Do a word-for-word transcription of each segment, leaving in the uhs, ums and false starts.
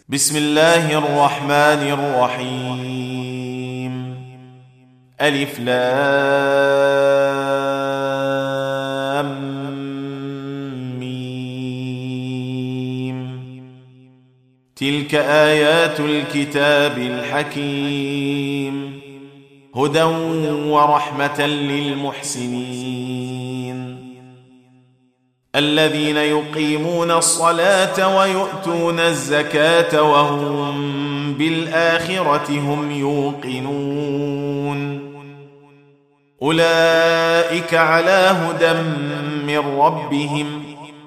بسم الله الرحمن الرحيم. ألف لام ميم. تلك آيات الكتاب الحكيم، هدى ورحمة للمحسنين الذين يقيمون الصلاة ويؤتون الزكاة وهم بالآخرة هم يوقنون. أولئك على هدى من ربهم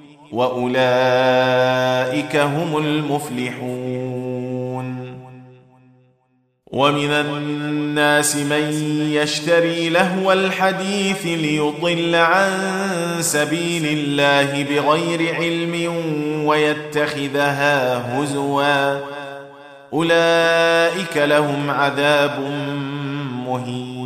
وأولئك هم المفلحون. ومن الناس من يشتري لهو الحديث ليضل عن سبيل الله بغير علم ويتخذها هزوا، أولئك لهم عذاب مهين.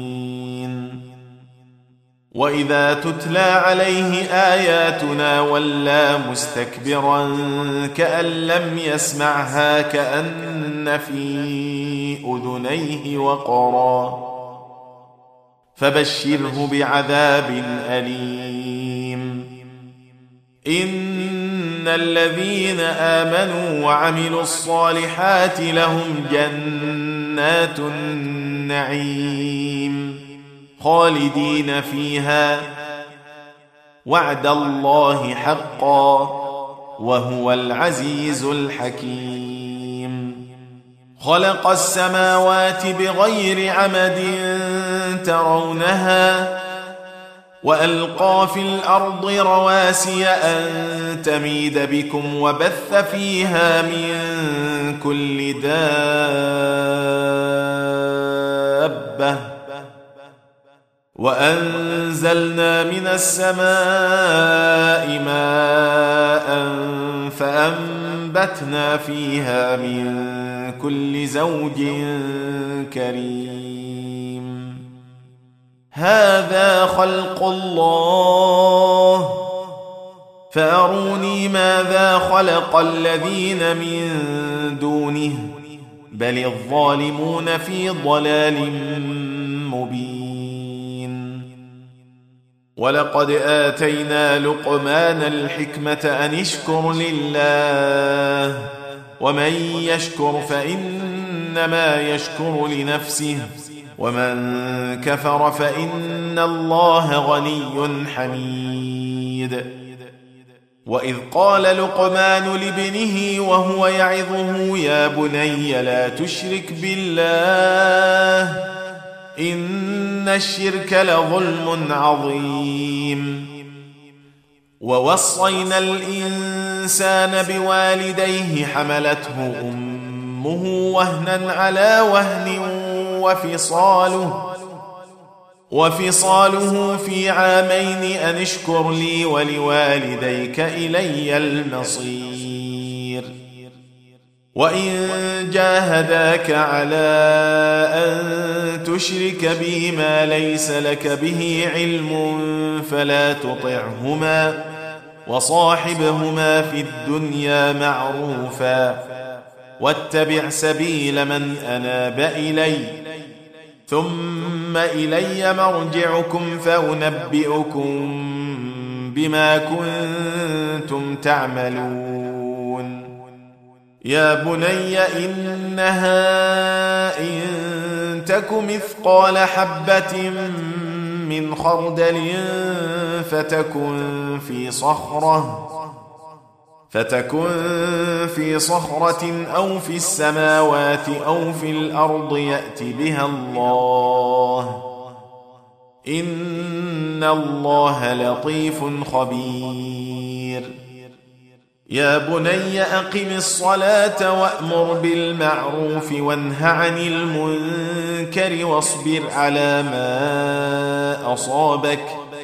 وإذا تتلى عليه آياتنا ولى مستكبرا كأن لم يسمعها كأن في أذنيه وقرا، فبشره بعذاب أليم. إن الذين آمنوا وعملوا الصالحات لهم جنات النعيم خالدين فيها، وعد الله حقا وهو العزيز الحكيم. خلق السماوات بغير عمد ترونها وألقى في الأرض رواسي أن تميد بكم وبث فيها من كل دابة، وأنزلنا من السماء ماء فأنبتنا فيها من كل زوج كريم. هذا خلق الله فأروني ماذا خلق الذين من دونه بل الظالمون في ضلال مبين. ولقد آتينا لقمان الحكمة أن اشكر لله ومن يشكر فإنما يشكر لنفسه ومن كفر فإن الله غني حميد. وإذ قال لقمان لابنه وهو يعظه يا بني لا تشرك بالله إن الشرك لظلم عظيم. ووصينا الإنسان بوالديه حملته أمه وهنا على وهن وفصاله وفصاله في عامين أن اشكر لي ولوالديك إلي المصير. وإن جاهداك على أن تشرك بي ما ليس لك به علم فلا تطعهما وصاحبهما في الدنيا معروفا واتبع سبيل من أناب إلي ثم إلي مرجعكم فأنبئكم بما كنتم تعملون. يا بني إنها إن تك مثقال حبة من خردل فتكن في صخرة فتكن في صخرة أو في السماوات أو في الأرض يأت بها الله إن الله لطيف خبير. يا بني أقم الصلاة وأمر بالمعروف وانه عن المنكر واصبر على ما أصابك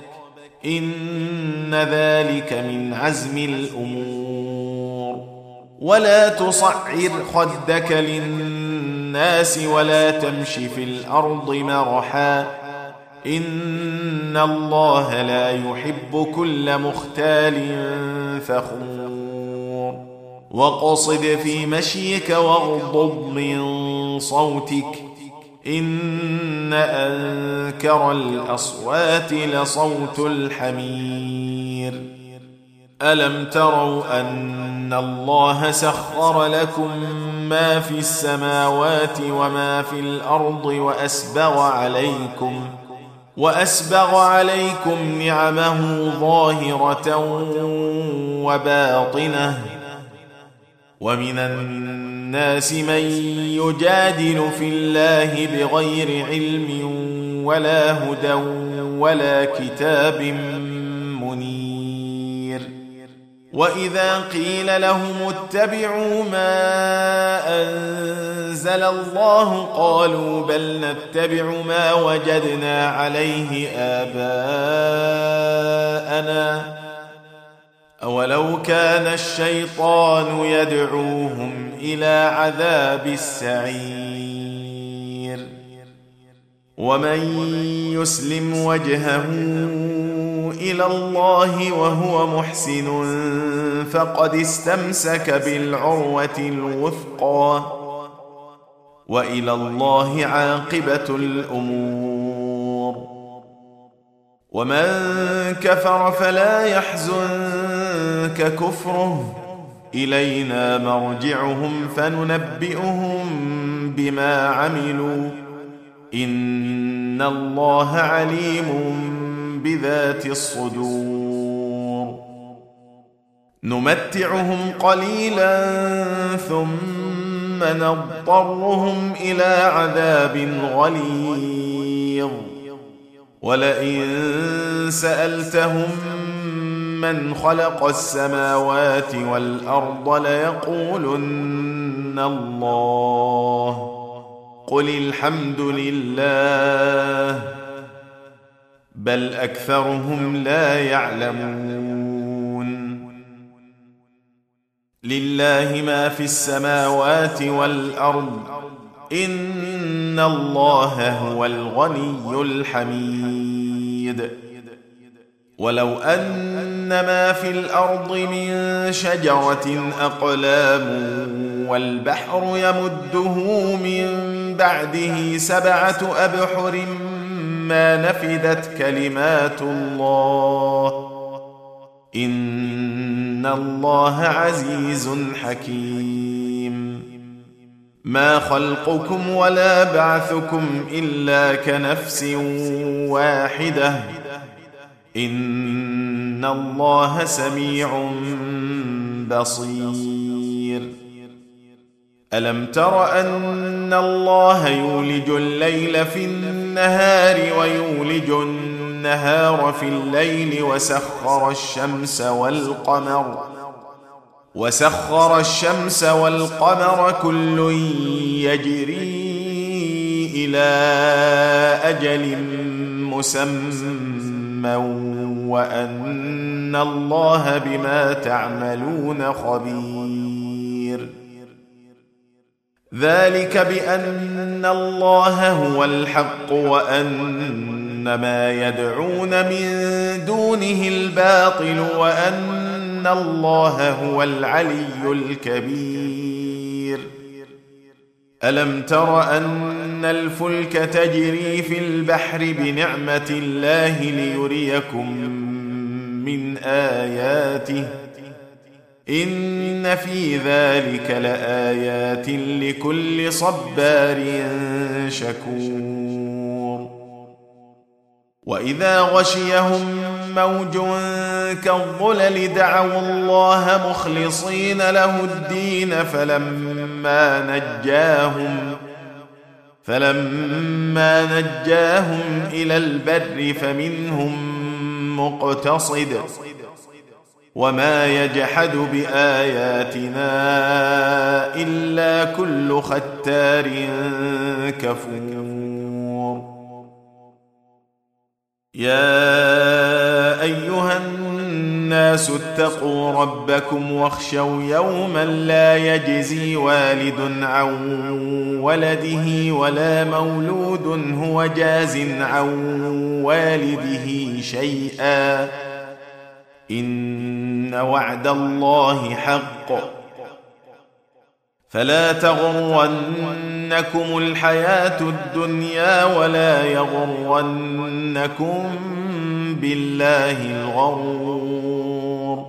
إن ذلك من عزم الأمور. ولا تصعر خدك للناس ولا تمش في الأرض مرحا إن الله لا يحب كل مختال فخور. وقصد في مشيك واغضض من صوتك إن أنكر الأصوات لصوت الحمير ألم تروا أن الله سخر لكم ما في السماوات وما في الأرض وأسبغ عليكم وأسبغ عليكم نعمه ظاهرة وباطنة ومن الناس من يجادل في الله بغير علم ولا هدى ولا كتاب منير وإذا قيل لهم اتبعوا ما أنزل الله قالوا بل نتبع ما وجدنا عليه آباءنا أولو كان الشيطان يدعوهم إلى عذاب السعير ومن يسلم وجهه إلى الله وهو محسن فقد استمسك بالعروة الوثقى وإلى الله عاقبة الأمور ومن كفر فلا يحزنك كفره إلينا مرجعهم فننبئهم بما عملوا إن الله عليم بذات الصدور نمتعهم قليلا ثم نضطرهم إلى عذاب غليظ ولئن سألتهم من خلق السماوات والأرض ليقولن الله قل الحمد لله بل أكثرهم لا يعلمون لله ما في السماوات والأرض إن الله هو الغني الحميد ولو أن ما في الأرض من شجرة أقلام والبحر يمده من بعده سبعة أبحر ما نفدت كلمات الله إن الله عزيز حكيم ما خلقكم ولا بعثكم إلا كنفس واحدة إن الله سميع بصير ألم تر أن الله يولج الليل في النهار ويولج النهار في الليل وسخر الشمس والقمر وسخر الشمس والقمر كل يجري إلى أجل مسمى وأن الله بما تعملون خبير ذلك بأن الله هو الحق وأن ما يدعون من دونه الباطل وأن الله هو العلي الكبير ألم تر أن الفلك تجري في البحر بنعمة الله ليريكم من آياته إن في ذلك لآيات لكل صبار شكور وإذا غشيهم موج كالظلل دعوا الله مخلصين له الدين فلما نجاهم فلما نجاهم إلى البر فمنهم مقتصد وما يجحد بآياتنا إلا كل ختار كفور يا أيها الناس اتقوا ربكم واخشوا يوما لا يجزي والد عن ولده ولا مولود هو جاز عن والده شيئا إن وعد الله حق فلا تغرنكم الحياة الدنيا ولا يغرنكم بالله الغرور.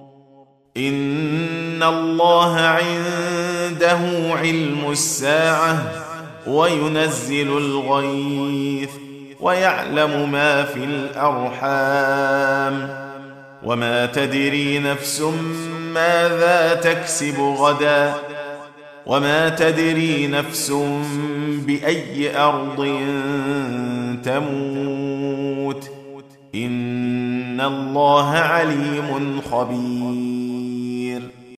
إن الله عنده علم الساعة وينزل الغيث ويعلم ما في الأرحام وما تدري نفس ماذا تكسب غدا وما تدري نفس بأي أرض تموت. إن الله عليم خبير.